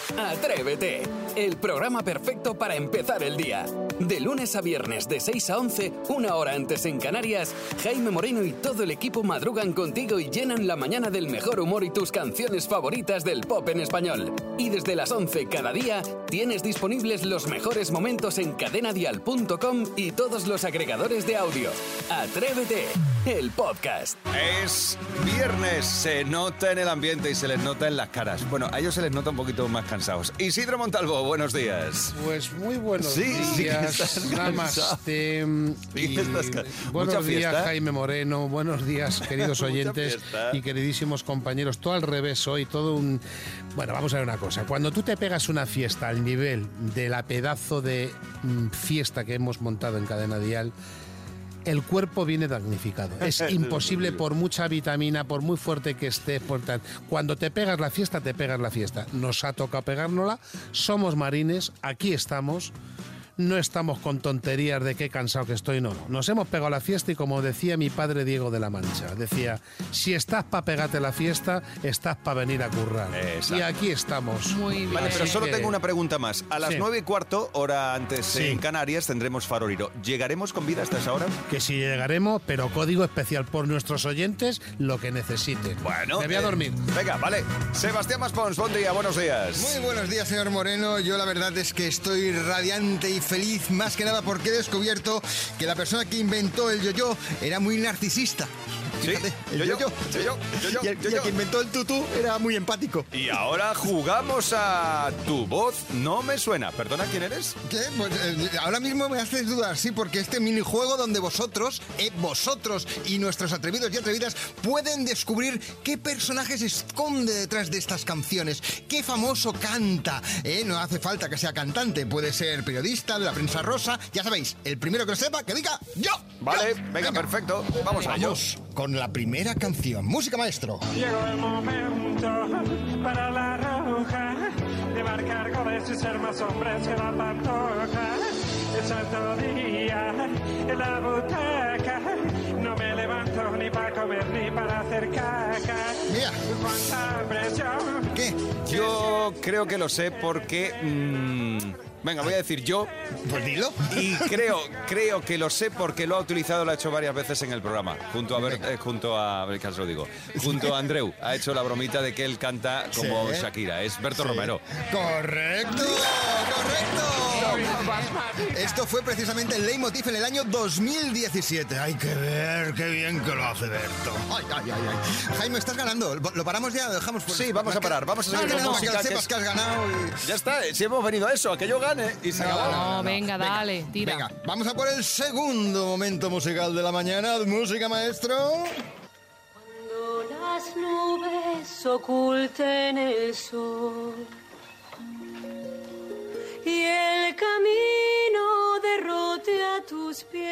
Atrévete, el programa perfecto para empezar el día. De lunes a viernes de 6 a 11, una hora antes en Canarias, Jaime Moreno y todo el equipo madrugan contigo y llenan la mañana del mejor humor y tus canciones favoritas del pop en español. Y desde las 11 cada día, tienes disponibles los mejores momentos en cadenadial.com y todos los agregadores de audio. Atrévete, el podcast. Es viernes, se nota en el ambiente y se les nota en las caras. Bueno, a ellos se les nota un poquito más cansados. Isidro Montalvo, buenos días. Pues muy buenos días. Sí, Namaste. Buenos días, Jaime Moreno. Buenos días, queridos oyentes y queridísimos compañeros. Todo al revés hoy, todo un... Bueno, vamos a ver una cosa. Cuando tú te pegas una fiesta al nivel de la pedazo de fiesta que hemos montado en Cadena Dial, el cuerpo viene damnificado. Es imposible, por mucha vitamina, por muy fuerte que estés, cuando te pegas la fiesta, te pegas la fiesta. Nos ha tocado pegárnosla, somos marines, aquí estamos. No estamos con tonterías de qué cansado que estoy, no. Nos hemos pegado la fiesta y como decía mi padre Diego de la Mancha, decía, si estás para pegarte la fiesta, estás para venir a currar. Exacto. Y aquí estamos. Muy bien. Vale, pero solo tengo una pregunta más. A las 9:15, hora antes en Canarias, tendremos Faroriro. ¿Llegaremos con vida hasta esa hora? Que sí llegaremos, pero código especial por nuestros oyentes, lo que necesiten. Bueno. Me voy a dormir. Venga, vale. Sebastián Maspons, buen día, buenos días. Muy buenos días, señor Moreno. Yo la verdad es que estoy radiante y feliz, más que nada porque he descubierto que la persona que inventó el yo-yo era muy narcisista. Fíjate, sí, el yo-yo. Y el que inventó el tutú era muy empático. Y ahora jugamos a Tu voz no me suena. ¿Perdona, quién eres? ¿Qué? Pues ahora mismo me haces dudar, sí, porque este minijuego donde vosotros y nuestros atrevidos y atrevidas pueden descubrir qué personaje se esconde detrás de estas canciones, qué famoso canta. No hace falta que sea cantante, puede ser periodista de la prensa rosa. Ya sabéis, el primero que lo sepa, que diga yo. Vale, venga, perfecto. Vamos a ello. Vamos con la primera canción. Música, maestro. Llegó el momento para la roja de marcar goles y ser más hombres que la pantoja. El santo día en la butaca, no me levanto ni para comer ni para hacer caca. Mira. ¿Cuánta presión? ¿Qué? Yo creo que lo sé porque... Venga, voy a decir yo. Pues dilo. Y creo que lo sé porque lo ha utilizado, lo ha hecho varias veces en el programa. Junto a Andreu. Ha hecho la bromita de que él canta como Shakira. Es Berto Romero. ¡Correcto! Esto fue precisamente el leitmotiv en el año 2017. Hay que ver qué bien que lo hace Berto. Ay. Jaime, estás ganando. ¿Lo paramos ya? ¿Lo dejamos por... Sí, vamos a parar. Vamos a seguir con música. Para que sepas que has ganado. Ya está. Si hemos venido a eso, a que yo gane y se acabó. No, venga, dale, tira. Venga, vamos a por el segundo momento musical de la mañana. Música, maestro. Cuando las nubes oculten el sol y el camino derrote a tus pies.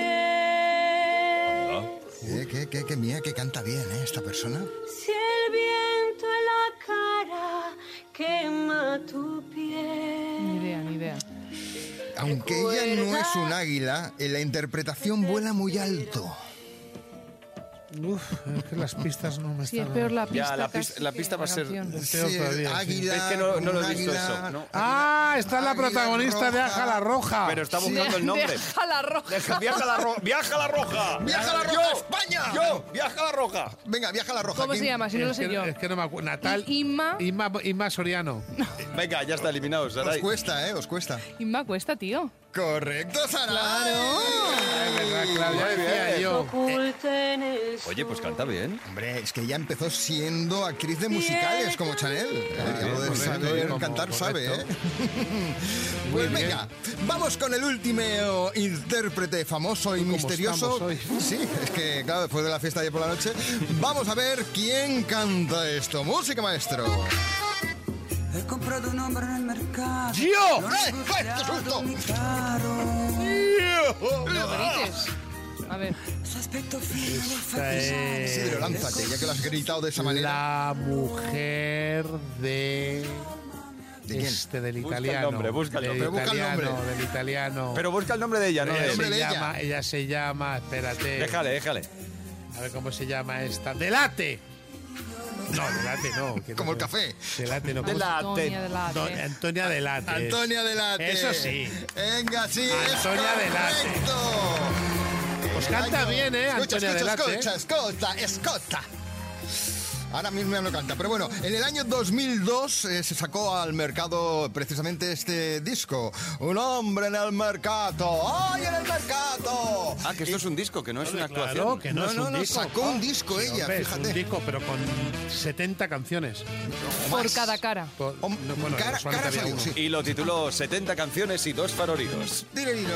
¿Qué mía, que canta bien, esta persona? Si el viento en la cara quema tu piel. Ni idea. Aunque ella no es un águila, en la interpretación vuela muy alto. Uf, es que las pistas no me están... Sí, es peor la pista. Ya, la pista va a ser... Es peor todavía. Águila, Es que no lo he visto águila, eso. No. Está la protagonista de Aja la Roja. Pero está buscando el nombre. Deja la roja. ¡Viaja la roja! ¡Viaja la roja! ¡Viaja la roja, España! ¡Yo! ¡Viaja la roja! Venga, viaja la roja. ¿Cómo se llama? Si no lo sé yo. Es que no me acuerdo. Natal. Inma Soriano. Venga, ya está eliminado, Saray. Os cuesta. Inma cuesta, tío. Correcto, Saray. Claro. Es verdad, Claudia, decía yo. Oculten el sol. Oye, pues canta bien. Hombre, es que ella empezó siendo actriz de musicales como Chanel. Algo de correcto, saber como cantar correcto. sabe, ¿eh? Pues bien. venga, vamos con el último intérprete famoso y ¿Cómo misterioso. estamos hoy? Sí, es que claro, después de la fiesta de ayer por la noche, vamos a ver quién canta esto. Música, maestro. He comprado un hombre en el mercado. ¡Yo! ¡Qué susto! No grites. A ver. Su aspecto fino y Esta es Isidro, lánzate, ya que lo has gritado de esa manera. la mujer de... ¿De quién? del Busca el italiano. nombre, busca el nombre. Busca el nombre. Del italiano. Pero busca el nombre de ella, ¿no? El nombre de Ella se llama, espérate. Déjale. A ver cómo se llama esta. ¡Delate! No, de latte no. Como el café. De latte no. De latte. Antonia de latte. Antonia de latte. Eso sí. Venga, sí. Antonia de latte. Correcto. Pues canta bien, Antonia de latte. Escucha. Ahora mismo ya no canta, pero bueno, en el año 2002 se sacó al mercado precisamente este disco. Un hombre en el mercado. ¡Ay, en el mercado! Ah, que esto es un disco, que no es una actuación. Claro, que no, es un no, disco. sacó un disco Sí, ella, hombre, fíjate. Es un disco, pero con 70 canciones. Por cada cara. Cara había salió, uno. sí. Y lo tituló 70 canciones y 2 farorinos. Direlino.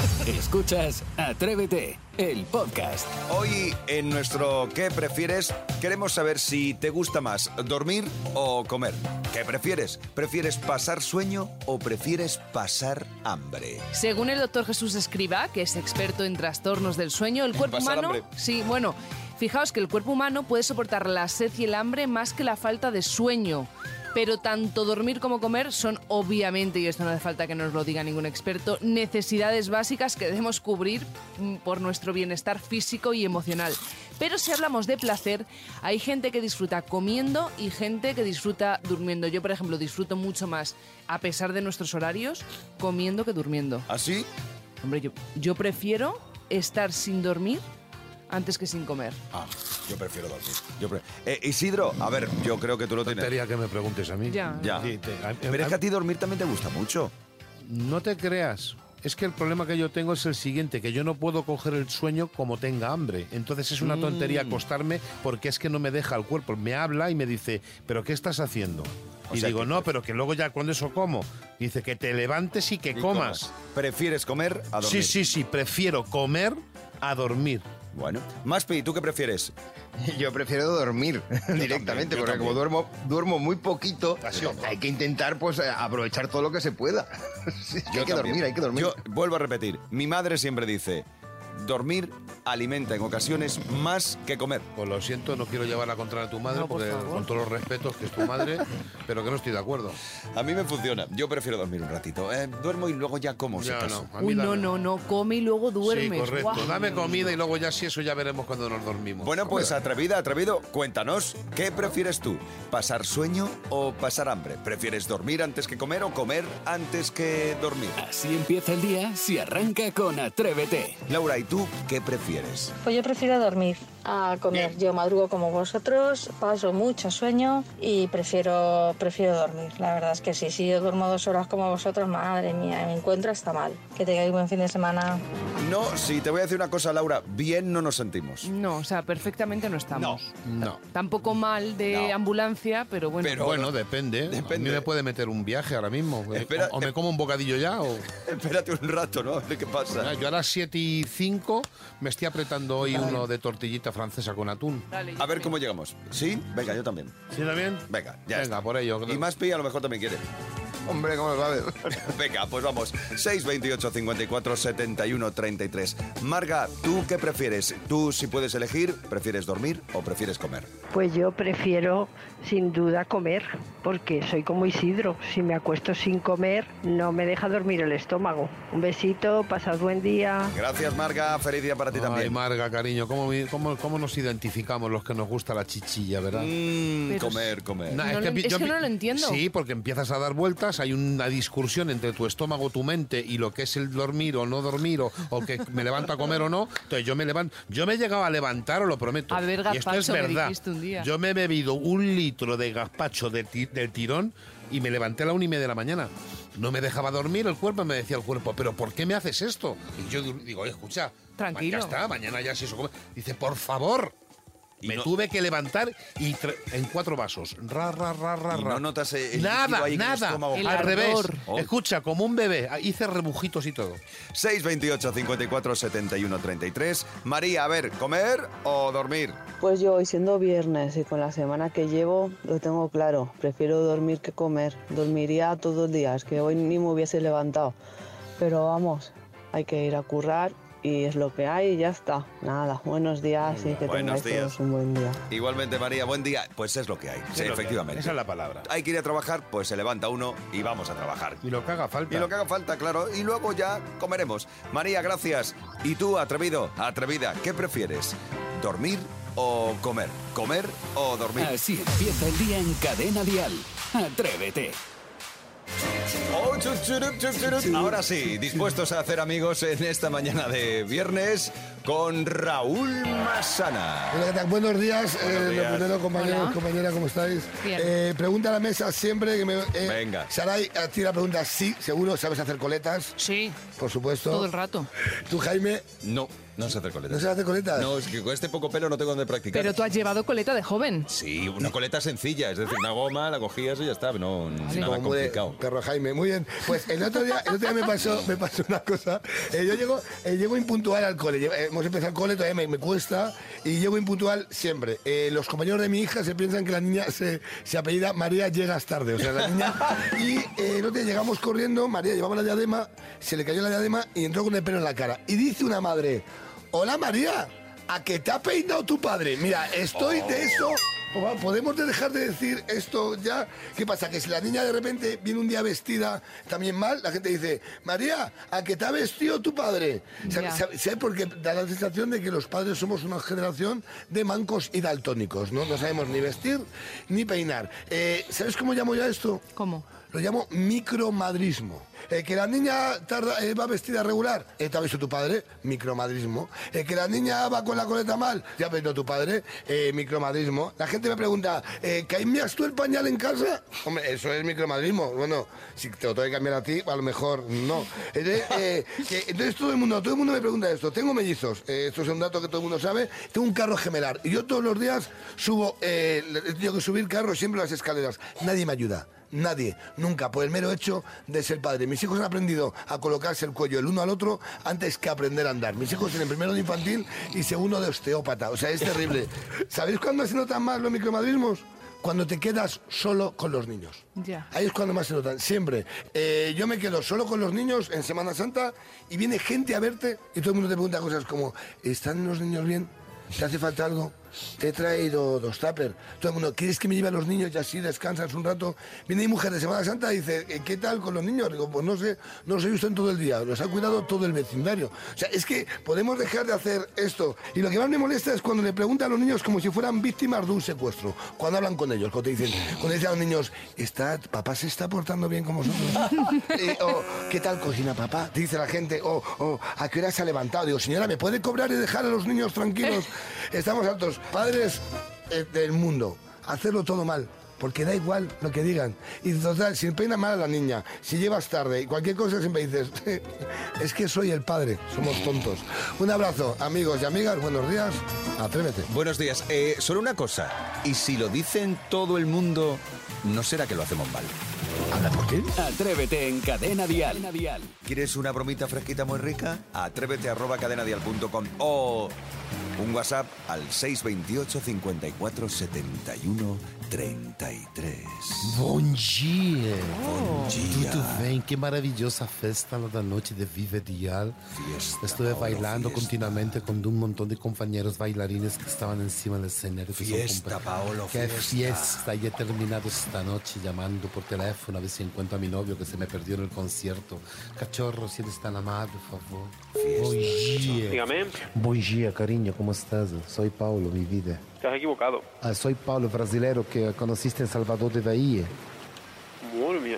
Escuchas Atrévete, el podcast. Hoy en nuestro ¿Qué prefieres? Queremos saber si te gusta más dormir o comer. ¿Qué prefieres? ¿Prefieres pasar sueño o prefieres pasar hambre? Según el doctor Jesús Escrivá, que es experto en trastornos del sueño, el cuerpo pasar humano... hambre. Sí, bueno, fijaos que el cuerpo humano puede soportar la sed y el hambre más que la falta de sueño. Pero tanto dormir como comer son obviamente, y esto no hace falta que nos lo diga ningún experto, necesidades básicas que debemos cubrir por nuestro bienestar físico y emocional. Pero si hablamos de placer, hay gente que disfruta comiendo y gente que disfruta durmiendo. Yo, por ejemplo, disfruto mucho más, a pesar de nuestros horarios, comiendo que durmiendo. ¿Así? Hombre, yo prefiero estar sin dormir antes que sin comer. Ah, yo prefiero dormir. Isidro, a ver, yo creo que tú lo tienes. Tontería que me preguntes a mí. Ya. Ya. Sí, Pero es que a ti dormir también te gusta mucho. No te creas. Es que el problema que yo tengo es el siguiente, que yo no puedo coger el sueño como tenga hambre. Entonces es una tontería acostarme porque es que no me deja el cuerpo. Me habla y me dice, ¿pero qué estás haciendo? O Y sea digo, que- no, pero que luego ya cuando eso como. Dice que te levantes y que Y comas. ¿Prefieres comer a dormir? Sí, prefiero comer a dormir. Bueno. Maspi, ¿tú qué prefieres? Yo prefiero dormir directamente, yo porque también. como duermo muy poquito, Así es. hay que intentar pues aprovechar todo lo que se pueda. Sí, es que hay que también. dormir. Yo vuelvo a repetir, mi madre siempre dice, dormir alimenta en ocasiones más que comer. Pues lo siento, no quiero llevarla contra tu madre, No, por porque favor. con todos los respetos que es tu madre, pero que no estoy de acuerdo. A mí me funciona, yo prefiero dormir un ratito. Duermo y luego ya como, si Ya acaso. no, a mí Uy, dame. no, come y luego duermes. Sí, correcto. Guau. Dame comida y luego ya sí, eso ya veremos cuando nos dormimos. Bueno, pues atrevido, cuéntanos, ¿qué prefieres tú? ¿Pasar sueño o pasar hambre? ¿Prefieres dormir antes que comer o comer antes que dormir? Así empieza el día si arranca con Atrévete. Laura, ¿y tú qué prefieres? Pues yo prefiero dormir a comer. Yo madrugo como vosotros, paso mucho sueño y prefiero dormir. La verdad es que sí, si yo duermo 2 horas como vosotros, madre mía, me encuentro hasta mal. Que tengáis buen fin de semana. No, si te voy a decir una cosa, Laura, bien no nos sentimos. No, o sea, perfectamente no estamos. No. Tampoco mal de No. ambulancia, pero bueno. Pero- Bueno, depende. A mí me puede meter un viaje ahora mismo. Espera, o me como un bocadillo ya o... Espérate un rato, ¿no? A ver qué pasa. Yo a las 7:05 me estoy apretando hoy uno de tortillita francesa con atún. Dale, yo A ver también. cómo llegamos. ¿Sí? Venga, yo también. ¿Sí también? Venga, ya Venga, está. por ello. Y Maspi a lo mejor también quiere. Hombre, ¿cómo lo va a ver? Venga, pues vamos. 628 54 71 33. Marga, ¿tú qué prefieres? Tú, si puedes elegir, ¿prefieres dormir o prefieres comer? Pues yo prefiero sin duda comer, porque soy como Isidro. Si me acuesto sin comer, no me deja dormir el estómago. Un besito, pasad buen día. Gracias, Marga. Feliz día para ti Ay, también. Marga, cariño, ¿cómo nos identificamos los que nos gusta la chichilla, verdad? Pero Comer. No lo- es que no lo entiendo. Sí, porque empiezas a dar vueltas, hay una discusión entre tu estómago, tu mente y lo que es el dormir o no dormir o que me levanto a comer o no. Entonces yo me levanto. Yo me he llegado a levantar, os lo prometo. A ver, y esto es gazpacho, me verdad. dijiste un día. Yo me he bebido 1 litro de gazpacho del tirón y me levanté a la 1:30 de la mañana. No me dejaba dormir el cuerpo, me decía el cuerpo, ¿pero por qué me haces esto? Y yo digo, oye, escucha, Tranquilo. ya está, mañana ya si eso come. Dice, por favor. Y Me no- tuve que levantar y en 4 vasos. ¿Y no notas el líquido Nada, ahí en el nada. estómago? El Al ardor. revés. Oh. Escucha, como un bebé. Hice rebujitos y todo. 628 54 71 33. María, a ver, ¿comer o dormir? Pues yo hoy siendo viernes y con la semana que llevo lo tengo claro, prefiero dormir que comer, dormiría todos los días, que hoy ni me hubiese levantado, pero vamos, hay que ir a currar y es lo que hay y ya está, nada, buenos días y que Buenos tengáis días. todos un buen día. Igualmente, María, buen día. Pues es lo que hay, sí, Es lo que hay. efectivamente. Esa es la palabra. Hay que ir a trabajar, pues se levanta uno y vamos a trabajar. Y lo que haga falta. Y lo que haga falta, claro, y luego ya comeremos. María, gracias. Y tú, atrevido, atrevida, ¿qué prefieres? ¿Dormir o comer? ¿Comer o dormir? Así empieza el día en Cadena Dial. Atrévete. Ahora sí, dispuestos a hacer amigos en esta mañana de viernes con Raúl Masana. Hola, ¿qué tal? Buenos días. Buenos días. Lo primero, compañeros, Hola. compañera, ¿cómo estáis? Bien. Pregunta a la mesa siempre que me... Venga. Saray, a ti la pregunta, sí, seguro, ¿sabes hacer coletas? Sí, Por supuesto. todo el rato. ¿Tú, Jaime, No sé hacer coletas. no sabes hacer coletas? No, es que con este poco pelo no tengo donde practicar. Pero tú has llevado coleta de joven. Sí, una coleta sencilla, es decir, una goma, la cogías y ya está, no nada Como muy de complicado. perro Jaime, muy bien. Pues el otro día me pasó una cosa. Yo llego impuntual al cole. Hemos empezado el cole, todavía me cuesta y llego impuntual siempre. Los compañeros de mi hija se piensan que la niña se apellida María Llegas Tarde. O sea, la niña... Y el otro día llegamos corriendo, María llevaba la diadema, se le cayó la diadema y entró con el pelo en la cara. Y dice una madre... Hola María, ¿a qué te ha peinado tu padre? Mira, estoy de eso. ¿Podemos dejar de decir esto ya? ¿Qué pasa? Que si la niña de repente viene un día vestida también mal, la gente dice, María, ¿a qué te ha vestido tu padre? ¿Sabes? Porque da la sensación de que los padres somos una generación de mancos y daltónicos, ¿no? No sabemos ni vestir ni peinar. ¿Sabes cómo llamo yo a esto? ¿Cómo? Lo llamo micromadrismo. Que la niña va vestida regular, ¿te ha visto tu padre? Micromadrismo. Que la niña va con la coleta mal, ¿ya ha visto tu padre? Micromadrismo. La gente me pregunta, ¿cambias tú el pañal en casa? Hombre, eso es micromadrismo. Bueno, si te lo tengo que cambiar a ti, a lo mejor no. Entonces todo el mundo me pregunta esto. Tengo mellizos, esto es un dato que todo el mundo sabe. Tengo un carro gemelar y yo todos los días subo, tengo que subir carro siempre las escaleras. Nadie me ayuda. Nadie, nunca, por el mero hecho de ser padre. Mis hijos han aprendido a colocarse el cuello el uno al otro antes que aprender a andar. Mis hijos en el primero de infantil y segundo de osteópata. O sea, es terrible. ¿Sabéis cuándo se notan más los micromadrismos? Cuando te quedas solo con los niños. Ya. Ahí es cuando más se notan, siempre. Yo me quedo solo con los niños en Semana Santa y viene gente a verte y todo el mundo te pregunta cosas como, ¿están los niños bien? ¿Te hace falta algo? Te he traído 2 tuppers. Todo el mundo, ¿quieres que me lleve a los niños y así descansas un rato? Viene mi mujer de Semana Santa y dice, ¿qué tal con los niños? Digo, pues no sé, no los he visto en todo el día, los ha cuidado todo el vecindario. O sea, es que podemos dejar de hacer esto. Y lo que más me molesta es cuando le preguntan a los niños como si fueran víctimas de un secuestro. Cuando hablan con ellos, cuando te dicen, cuando dicen a los niños, ¿papá se está portando bien con vosotros? O, ¿qué tal cocina papá? Te dice la gente, o ¿a qué hora se ha levantado? Digo, señora, ¿me puede cobrar y dejar a los niños tranquilos? Estamos hartos. Padres del mundo, hacerlo todo mal, porque da igual lo que digan. Y total, si peina mal a la niña, si llevas tarde y cualquier cosa siempre dices, es que soy el padre, somos tontos. Un abrazo, amigos y amigas, buenos días, atrévete. Buenos días, solo una cosa, y si lo dicen todo el mundo, ¿no será que lo hacemos mal? ¿Habla por qué? Atrévete en Cadena Dial. ¿Quieres una bromita fresquita muy rica? Atrévete@cadenadial.com o un WhatsApp al 628 54 71 33. Bom dia! Bom dia. Tudo bem? Que maravillosa festa da noche de Vive Dial. Fiesta, Estuve Paolo, bailando fiesta. continuamente con un montón de compañeros bailarines que estaban encima del escenario. que son Fiesta, Paolo, Qué fiesta. fiesta. Y he terminado esta noche llamando por teléfono a ver si encuentro a mi novio que se me perdió en el concierto. Cachorro, si eres tan amable, por favor. Bom dia. Dígame. Bom dia, cariño, ¿cómo estás? Soy Paulo, mi vida. Te has equivocado. Soy Paulo, brasileiro que conociste en Salvador de Bahía. Madre mía.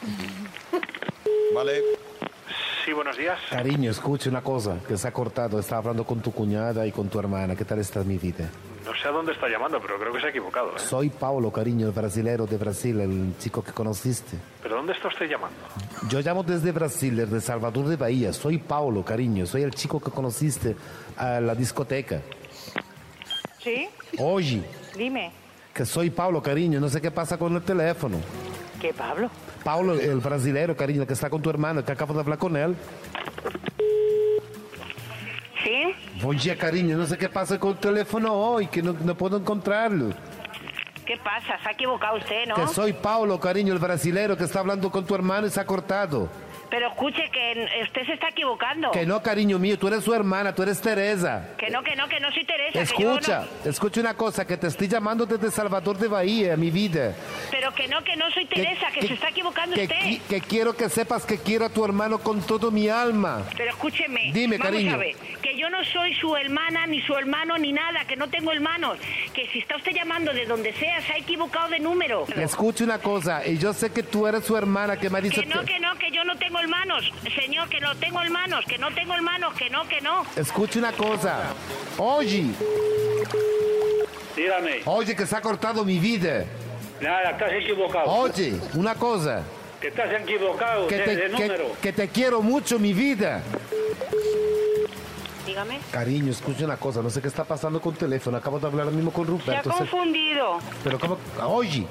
Vale. Sí, buenos días. Cariño, escucha una cosa, que se ha cortado. Estaba hablando con tu cuñada y con tu hermana. ¿Qué tal está mi vida? No sé a dónde está llamando, pero creo que se ha equivocado, ¿eh? Soy Paulo, cariño, el brasilero de Brasil, el chico que conociste. ¿Pero dónde está usted llamando? Yo llamo desde Brasil, desde Salvador de Bahía. Soy Paulo, cariño. Soy el chico que conociste a la discoteca. ¿Sí? Hoy. Dime. Que soy Paulo, cariño. No sé qué pasa con el teléfono. ¿Qué, Pablo? Paulo, el brasilero, cariño, que está con tu hermano, que acabo de hablar con él. ¿Sí? Bom dia, cariño. No sé qué pasa con el teléfono hoy, que no puedo encontrarlo. ¿Qué ¿Qué pasa? Se ha equivocado usted, ¿no? Que soy Paulo, cariño, el brasilero que está hablando con tu hermano y se ha cortado. Pero escuche, que usted se está equivocando. Que no, cariño mío, tú eres su hermana, tú eres Teresa. Que no soy Teresa. Escucha, que yo escucha una cosa, que te estoy llamando desde Salvador de Bahía, mi vida. Pero que no soy Teresa, que se está equivocando usted. Que quiero que sepas que quiero a tu hermano con todo mi alma. Pero escúcheme. Dime, cariño. Vamos a ver, que yo no soy su hermana, ni su hermano, ni nada, que no tengo hermanos. Que si está usted llamando de donde sea, se ha equivocado de número. Escucha una cosa, y yo sé que tú eres su hermana, que me ha dicho que yo no tengo hermanos. Señor, que no tengo hermanos, que no tengo hermanos, que no. Escucha una cosa. Oye. Dígame. Oye, que se ha cortado mi vida. Nada, estás equivocado. Oye, una cosa. Que estás equivocado de número. Que te quiero mucho, mi vida. Dígame. Cariño, escucha una cosa, no sé qué está pasando con el teléfono. Acabo de hablar mismo con Ruperto. Se ha confundido. Pero ¿cómo? Oye.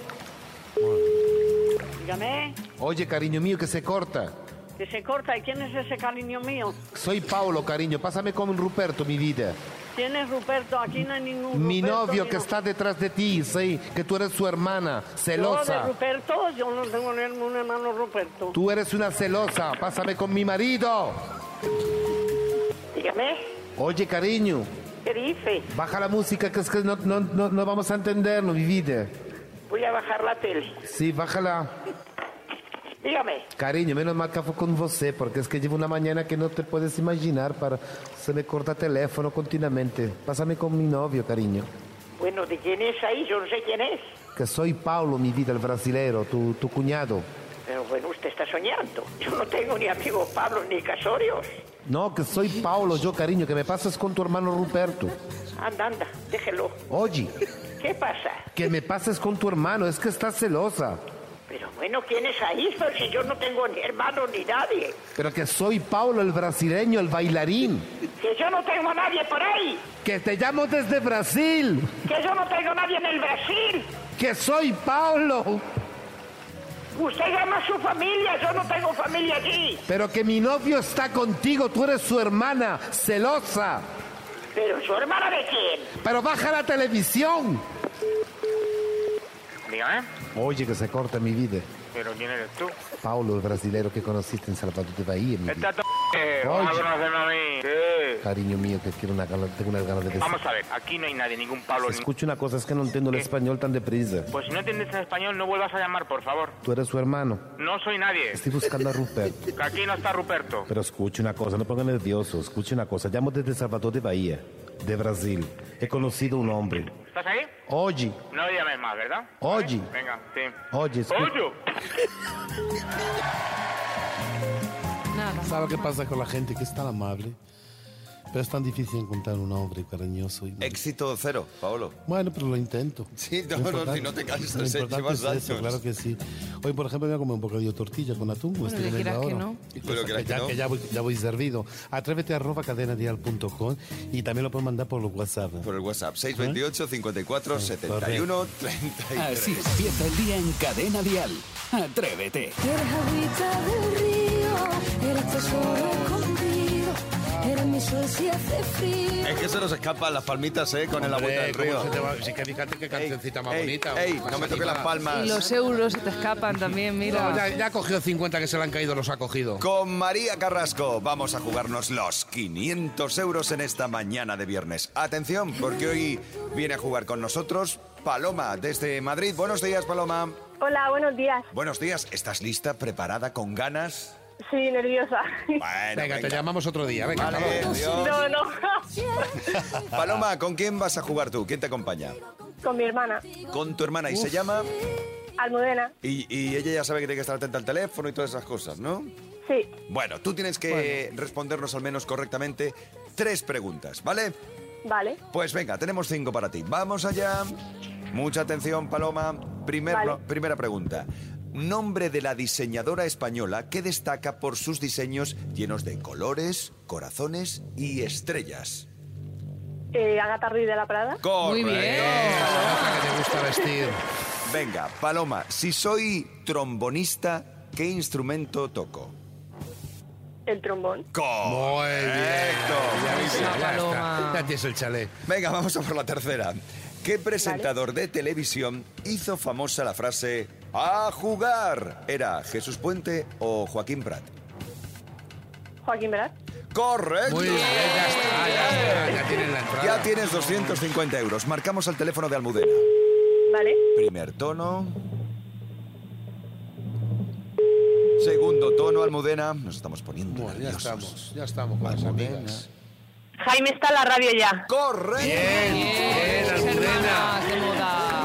Dígame. Oye, cariño mío, que se corta. Que se corta. ¿Y quién es ese cariño mío? Soy Paulo, cariño. Pásame con Ruperto, mi vida. ¿Quién es Ruperto? Aquí no hay ningún Mi Ruperto, novio que está detrás de ti, sí, que tú eres su hermana, celosa. Yo de Ruperto, yo no tengo ningún hermano Ruperto. Tú eres una celosa. Pásame con mi marido. Dígame. Oye, cariño. ¿Qué dice? Baja la música, que es que no vamos a entendernos, mi vida. Voy a bajar la tele. Sí, bájala. Dígame. Cariño, menos mal que fue con você, porque es que llevo una mañana que no te puedes imaginar, se me corta el teléfono continuamente. Pásame con mi novio, cariño. Bueno, ¿de quién es ahí? Yo no sé quién es. Que soy Paulo, mi vida, el brasilero, tu cuñado. Pero bueno, usted está soñando. Yo no tengo ni amigos Pablo ni Casorios. No, que soy Paulo, yo, cariño, que me pasas con tu hermano Ruperto. Anda, déjelo. Oye. ¿Qué pasa? Que me pases con tu hermano, es que estás celosa. Pero bueno, ¿quién es ahí? Pero si yo no tengo ni hermano ni nadie. Pero que soy Paulo, el brasileño, el bailarín. Que yo no tengo a nadie por ahí. Que te llamo desde Brasil. Que yo no tengo a nadie en el Brasil. Que soy Paulo. Usted llama a su familia, yo no tengo familia allí. Pero que mi novio está contigo, tú eres su hermana, celosa. ¿Pero su hermana de quién? Pero baja la televisión. Dígame. Oye, que se corta mi vida. ¿Pero quién eres tú? Paulo, el brasilero que conociste en Salvador de Bahía, mi vida. Vas a conocerme a mí. ¿Qué? Cariño mío, que tengo unas ganas de decir. Vamos a ver, aquí no hay nadie, ningún Pablo. Escucha una cosa, es que no entiendo el español tan deprisa. Pues si no entiendes el español, no vuelvas a llamar, por favor. Tú eres su hermano. No soy nadie. Estoy buscando a Ruperto. Que aquí no está Ruperto. Pero escucha una cosa, no ponga nervioso. Escucha una cosa, llamo desde Salvador de Bahía, de Brasil. He conocido un hombre. ¿Estás ahí? Oye. No le llames más, ¿verdad? Oye. ¿Vale? Venga, sí. Oye, Oye. ¿Sabe qué pasa con la gente que es tan amable? Pero es tan difícil encontrar un hombre cariñoso. Éxito cero, Paolo. Bueno, pero lo intento. Sí, Lo importante- si no te lo cansas, importante llevas es eso, años. claro que sí. Hoy, por ejemplo, voy a comer un bocadillo de tortilla con atún. Bueno, estoy le comiendo quieras que ahora. no. Pero quieras que no. Que ya voy servido. Atrévete @cadenadial.com y también lo puedes mandar por los WhatsApp. Por el WhatsApp, 628 54 71 33. Así empieza el día en Cadena Dial. Atrévete. Eres agüita del río, eres tesoro escondido, eres mi sol si hace frío. Es que se nos escapan las palmitas, con el agüita del río. Sí, que fíjate qué cancioncita más bonita. No me toques las palmas. Y los euros se te escapan también, mira. No, ya ha cogido 50 que se le han caído, los ha cogido. Con María Carrasco vamos a jugarnos los 500 euros en esta mañana de viernes. Atención, porque hoy viene a jugar con nosotros Paloma desde Madrid. Buenos días, Paloma. Hola, buenos días. Buenos días. ¿Estás lista, preparada, con ganas? Sí, nerviosa. Venga, te llamamos otro día. Venga, Vale, hasta adiós. No, no. Paloma, ¿con quién vas a jugar tú? ¿Quién te acompaña? Con mi hermana, Con tu hermana. ¿Y se llama? Almudena. Y ella ya sabe que tiene que estar atenta al teléfono y todas esas cosas, ¿no? Sí. Bueno, tú tienes que respondernos al menos correctamente 3 preguntas, ¿vale? Vale. Pues venga, tenemos 5 para ti. Vamos allá. Mucha atención, Paloma. Primera pregunta. Nombre de la diseñadora española que destaca por sus diseños llenos de colores, corazones y estrellas. Agatha Ruiz de la Prada. Correcto. Muy bien. que te gusta vestir. Venga, Paloma, si soy trombonista, ¿qué instrumento toco? El trombón. Muy bien. Correcto. Ya Paloma. está. Ya tienes el chalet. Venga, vamos a por la tercera. ¿Qué presentador de televisión hizo famosa la frase ¡a jugar! ¿Era Jesús Puente o Joaquín Prat? Joaquín Prat. ¡Correcto! Muy bien, ya está, ya tienes la entrada. Ya tienes 250 euros. Marcamos al teléfono de Almudena. Vale. Primer tono. Segundo tono, Almudena. Nos estamos poniendo Bueno, nerviosos. ya estamos con las amigas. Jaime está en la radio ya. ¡Correcto! Bien, Almudena. De moda.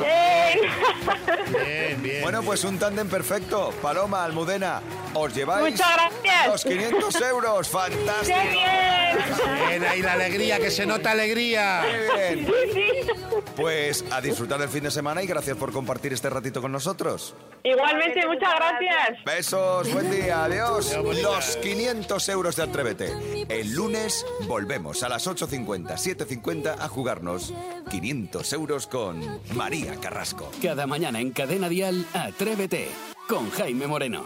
Bien. Bueno, pues un tándem perfecto. Paloma, Almudena, os lleváis Muchas gracias. los 500 euros. ¡Fantástico! ¡Qué bien! Bien, ahí la alegría, que se nota alegría. Muy bien. Pues a disfrutar del fin de semana y gracias por compartir este ratito con nosotros. Igualmente, muchas gracias. Besos, buen día, adiós. Los 500 euros de Atrévete. El lunes volvemos a las 8:50, 7:50 a jugarnos 500 euros con María Carrasco. Cada mañana en Cadena Dial, Atrévete con Jaime Moreno.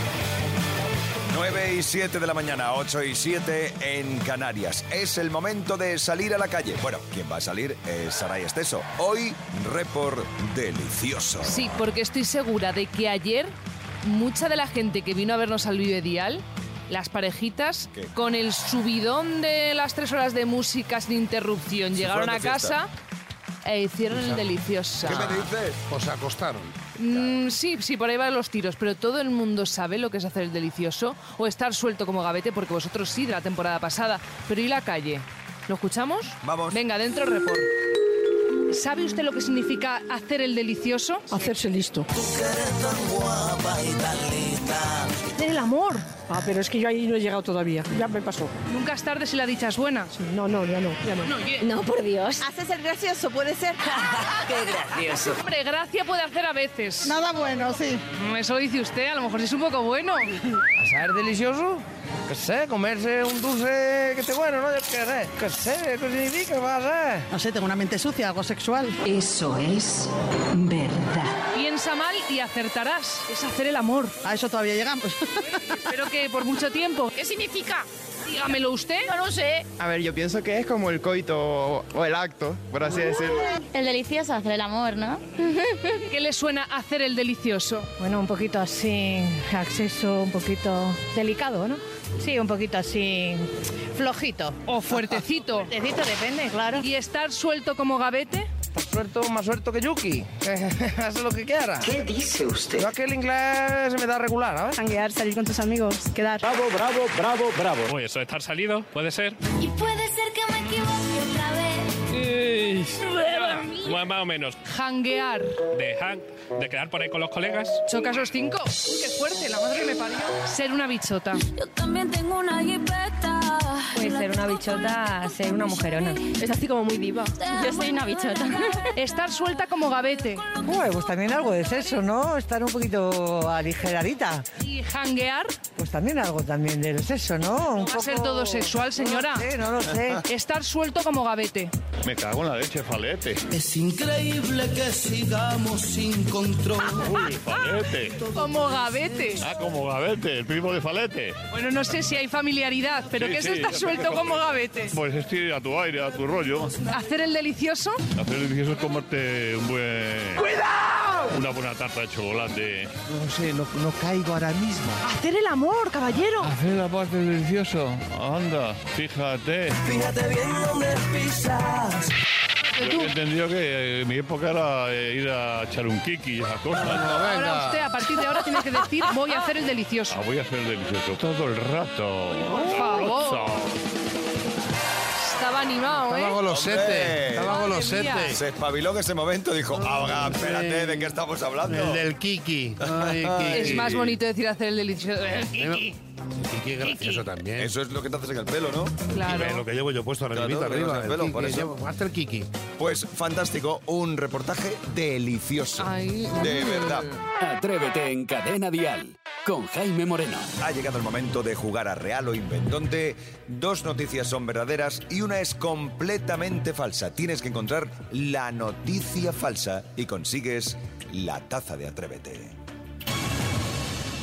9 y 7 de la mañana, 8 y 7 en Canarias. Es el momento de salir a la calle. Bueno, quien va a salir es Saray Esteso. Hoy, report delicioso. Sí, porque estoy segura de que ayer mucha de la gente que vino a vernos al Vive Dial, las parejitas, ¿qué? con el subidón de las 3 horas de música sin interrupción, Se llegaron fueron a de fiesta. casa e hicieron el delicioso. ¿Qué me dices? Os acostaron. Sí, por ahí van los tiros, pero todo el mundo sabe lo que es hacer el delicioso o estar suelto como gavete, porque vosotros sí de la temporada pasada. Pero ¿y la calle? ¿Lo escuchamos? Vamos. Venga, dentro el report. ¿Sabe usted lo que significa hacer el delicioso? Hacerse listo. Hacer el amor. Ah, pero es que yo ahí no he llegado todavía. Ya me pasó. Nunca es tarde si la dicha es buena. No, ya no. No, por Dios. Haces el gracioso, puede ser. Qué gracioso. Hombre, gracia puede hacer a veces. Nada bueno, sí. Eso lo dice usted, a lo mejor sí es un poco bueno. ¿Saber delicioso? ¿Qué sé? Comerse un dulce que esté bueno, ¿no? ¿Qué sé? ¿Qué significa? ¿Qué pasa? No sé, tengo una mente sucia, algo sexual. Eso es verdad. Piensa mal y acertarás. Es hacer el amor. A eso todavía llegamos. Espero que por mucho tiempo. ¿Qué significa? Dígamelo usted. No lo sé. A ver, yo pienso que es como el coito o el acto, por así decirlo. El delicioso, hacer el amor, ¿no? ¿Qué le suena hacer el delicioso? Bueno, un poquito así, acceso un poquito delicado, ¿no? Sí, un poquito así, flojito. O fuertecito. Fuertecito, depende, claro. ¿Y estar suelto como gavete? Más suelto que Yuki. Hace lo que quiera. ¿Qué dice usted? Yo aquí el inglés se me da regular, ¿sabes? Sanguear, salir con tus amigos, quedar. Bravo. Uy, eso de estar salido, ¿puede ser? Y puede ser que me equivoque otra vez. Más o menos. Janguear. De quedar por ahí con los colegas. ¿Choca esos 5? Uy, qué fuerte, la madre que me parió. Ser una bichota. Yo también tengo una jipeta. Puede ser una bichota, ser una mujerona. Es así como muy diva. Yo soy una bichota. Estar suelta como gavete. Bueno, pues también algo de sexo, ¿no? Estar un poquito aligeradita. ¿Y janguear? Pues también algo también del sexo, ¿no? ¿Va a ser todo sexual, señora? No lo sé. Estar suelto como gavete. Me cago en la leche, falete. Es increíble que sigamos sin control. Uy, falete. Como gavete. Ah, como gavete, el primo de falete. Bueno, no sé si hay familiaridad, pero ¿qué es estar suelto como gavete? Pues estoy a tu aire, a tu rollo. ¿Hacer el delicioso? Hacer el delicioso es comerte un buen... ¡Cuidado! Una buena tarta de chocolate. No sé, no caigo ahora mismo. Hacer el amor, caballero. Hacer la parte delicioso. Anda, fíjate. Fíjate bien dónde pisas. Yo he entendido que en mi época era ir a echar un kiki y esas cosas. Ahora usted, a partir de ahora, tiene que decir voy a hacer el delicioso. Voy a hacer el delicioso todo el rato. Por favor. Estaba animado, Estaba golosete. Estaba golosete. Se espabiló en ese momento, dijo, espérate, ¿de qué estamos hablando? El del Kiki. Ay, Kiki. Es más bonito decir hacer el delicioso. Kiki es gracioso también. Eso es lo que te haces en el pelo, ¿no? Claro. Lo que llevo yo puesto ahora mismo Claro, arriba. el pelo, Kiki, por eso. hasta el Kiki. Pues fantástico, un reportaje delicioso. Ay. De verdad. Atrévete en Cadena Dial con Jaime Moreno. Ha llegado el momento de jugar a real o inventón. 2 noticias son verdaderas y una es completamente falsa. Tienes que encontrar la noticia falsa y consigues la taza de Atrévete.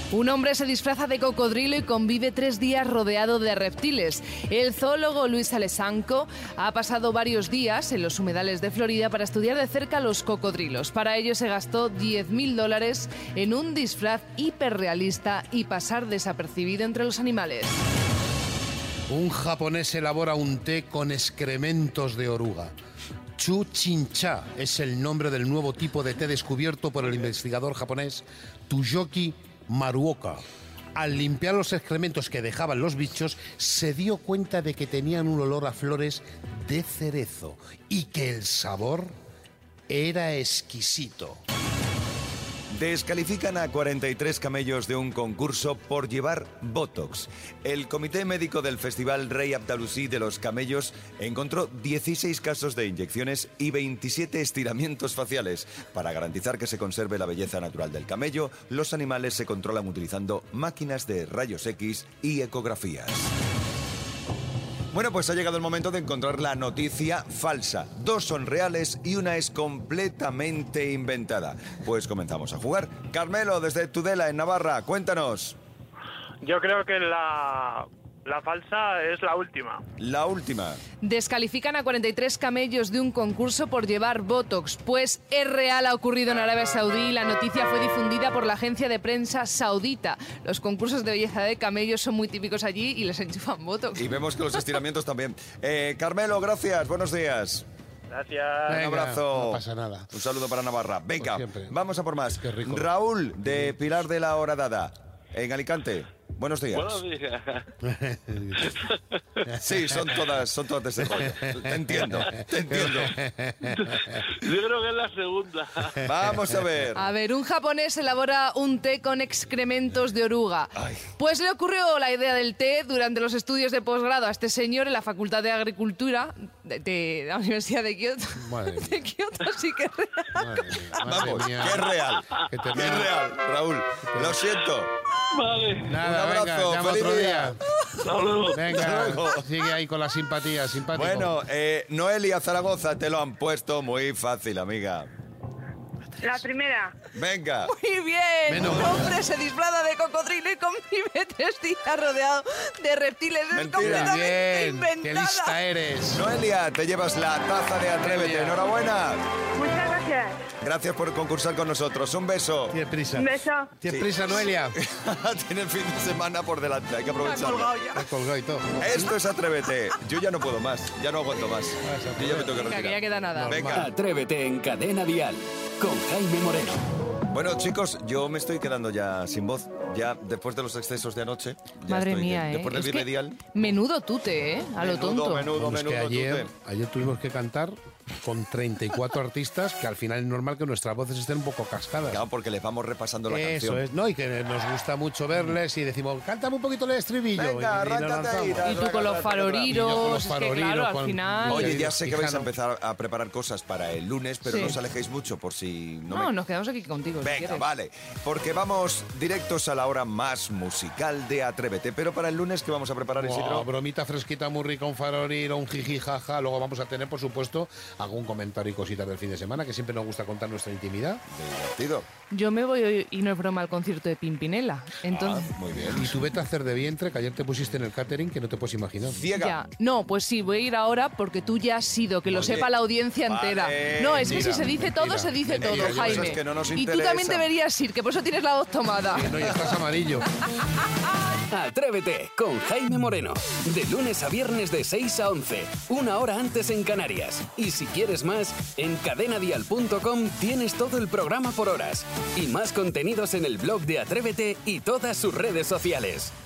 Un hombre se disfraza de cocodrilo y convive 3 días rodeado de reptiles. El zoólogo Luis Alessanco ha pasado varios días en los humedales de Florida para estudiar de cerca los cocodrilos. Para ello se gastó $10.000 en un disfraz hiperrealista y pasar desapercibido entre los animales. Un japonés elabora un té con excrementos de oruga. Chu Chincha es el nombre del nuevo tipo de té descubierto por el investigador japonés Tsuyoki Maruoka. Al limpiar los excrementos que dejaban los bichos, se dio cuenta de que tenían un olor a flores de cerezo y que el sabor era exquisito. Descalifican a 43 camellos de un concurso por llevar Botox. El Comité Médico del Festival Rey Abdalusí de los Camellos encontró 16 casos de inyecciones y 27 estiramientos faciales. Para garantizar que se conserve la belleza natural del camello, los animales se controlan utilizando máquinas de rayos X y ecografías. Bueno, pues ha llegado el momento de encontrar la noticia falsa. 2 son reales y una es completamente inventada. Pues comenzamos a jugar. Carmelo, desde Tudela, en Navarra, cuéntanos. Yo creo que la falsa es la última. La última. Descalifican a 43 camellos de un concurso por llevar Botox. Pues es real, ha ocurrido en Arabia Saudí y la noticia fue difundida por la agencia de prensa saudita. Los concursos de belleza de camellos son muy típicos allí y les enchufan Botox. Y vemos que los estiramientos también. Carmelo, gracias, buenos días. Gracias. Un abrazo. No pasa nada. Un saludo para Navarra. Venga, vamos a por más. Qué rico. Raúl, de Pilar de la Horadada, en Alicante. Buenos días. Buenos días. Sí, son todas de ese rollo. Te entiendo. Yo creo que es la segunda. Vamos a ver. A ver, un japonés elabora un té con excrementos de oruga. Pues le ocurrió la idea del té durante los estudios de posgrado a este señor en la Facultad de Agricultura de la Universidad de Kioto. De Kioto, sí que es real. Vamos, que es real. Que es real, Raúl. Lo siento. Vale. Nada, un abrazo, venga, feliz otro día. Venga, sigue ahí con la simpatía, simpático. Bueno, Noelia Zaragoza, te lo han puesto muy fácil, amiga. La primera. Venga. Muy bien. Un hombre se disfraza de cocodrilo y convive 3 días rodeado de reptiles. Es completamente inventada. Qué lista eres. Noelia, te llevas la taza de Atrévete. Enhorabuena. Muchas gracias. Gracias por concursar con nosotros. Un beso. Tienes prisa. Un beso. Tienes prisa, Noelia. Tiene el fin de semana por delante. Hay que aprovecharlo. Te has colgado y todo. Esto es Atrévete. Yo ya no puedo más. Ya no aguanto más. Yo ya me tengo que retirar. Que ya queda nada. Venga. Atrévete en Cadena Dial con Jaime Moreno. Bueno, chicos, yo me estoy quedando ya sin voz. Ya después de los excesos de anoche. Madre mía, Después del Vive Dial. Menudo tute, a lo tonto. Menudo que ayer tuvimos que cantar con 34 artistas, que al final es normal que nuestras voces estén un poco cascadas. Claro, porque les vamos repasando la canción. Eso es, ¿no? Y que nos gusta mucho verles y decimos, cántame un poquito el estribillo. Venga, arráncate ahí. Y tú con los faroriros, es que claro, al final... Oye, ya sé que vais a empezar a preparar cosas para el lunes, pero no os alejéis mucho por si... No, nos quedamos aquí contigo. Venga, vale, porque vamos directos a la hora más musical de Atrévete. Pero para el lunes, ¿qué vamos a preparar, Isidro? Bromita fresquita, muy rica, un faroriro, un jiji, jaja. Luego vamos a tener, por supuesto, algún comentario y cositas del fin de semana, que siempre nos gusta contar nuestra intimidad. Divertido. Yo me voy hoy, y no es broma, al concierto de Pimpinela. Entonces... muy bien. Y tú vete a hacer de vientre, que ayer te pusiste en el catering, que no te puedes imaginar. Ciega. Ya. No, pues sí, voy a ir ahora porque tú ya has sido, que lo sepa la audiencia entera. No, es que si se dice todo, se dice todo, Jaime. Que no nos y tú también deberías ir, que por eso tienes la voz tomada. No, ya estás amarillo. Atrévete con Jaime Moreno. De lunes a viernes de 6 a 11. 1 hora antes en Canarias. Y si quieres más, en cadenadial.com tienes todo el programa por horas. Y más contenidos en el blog de Atrévete y todas sus redes sociales.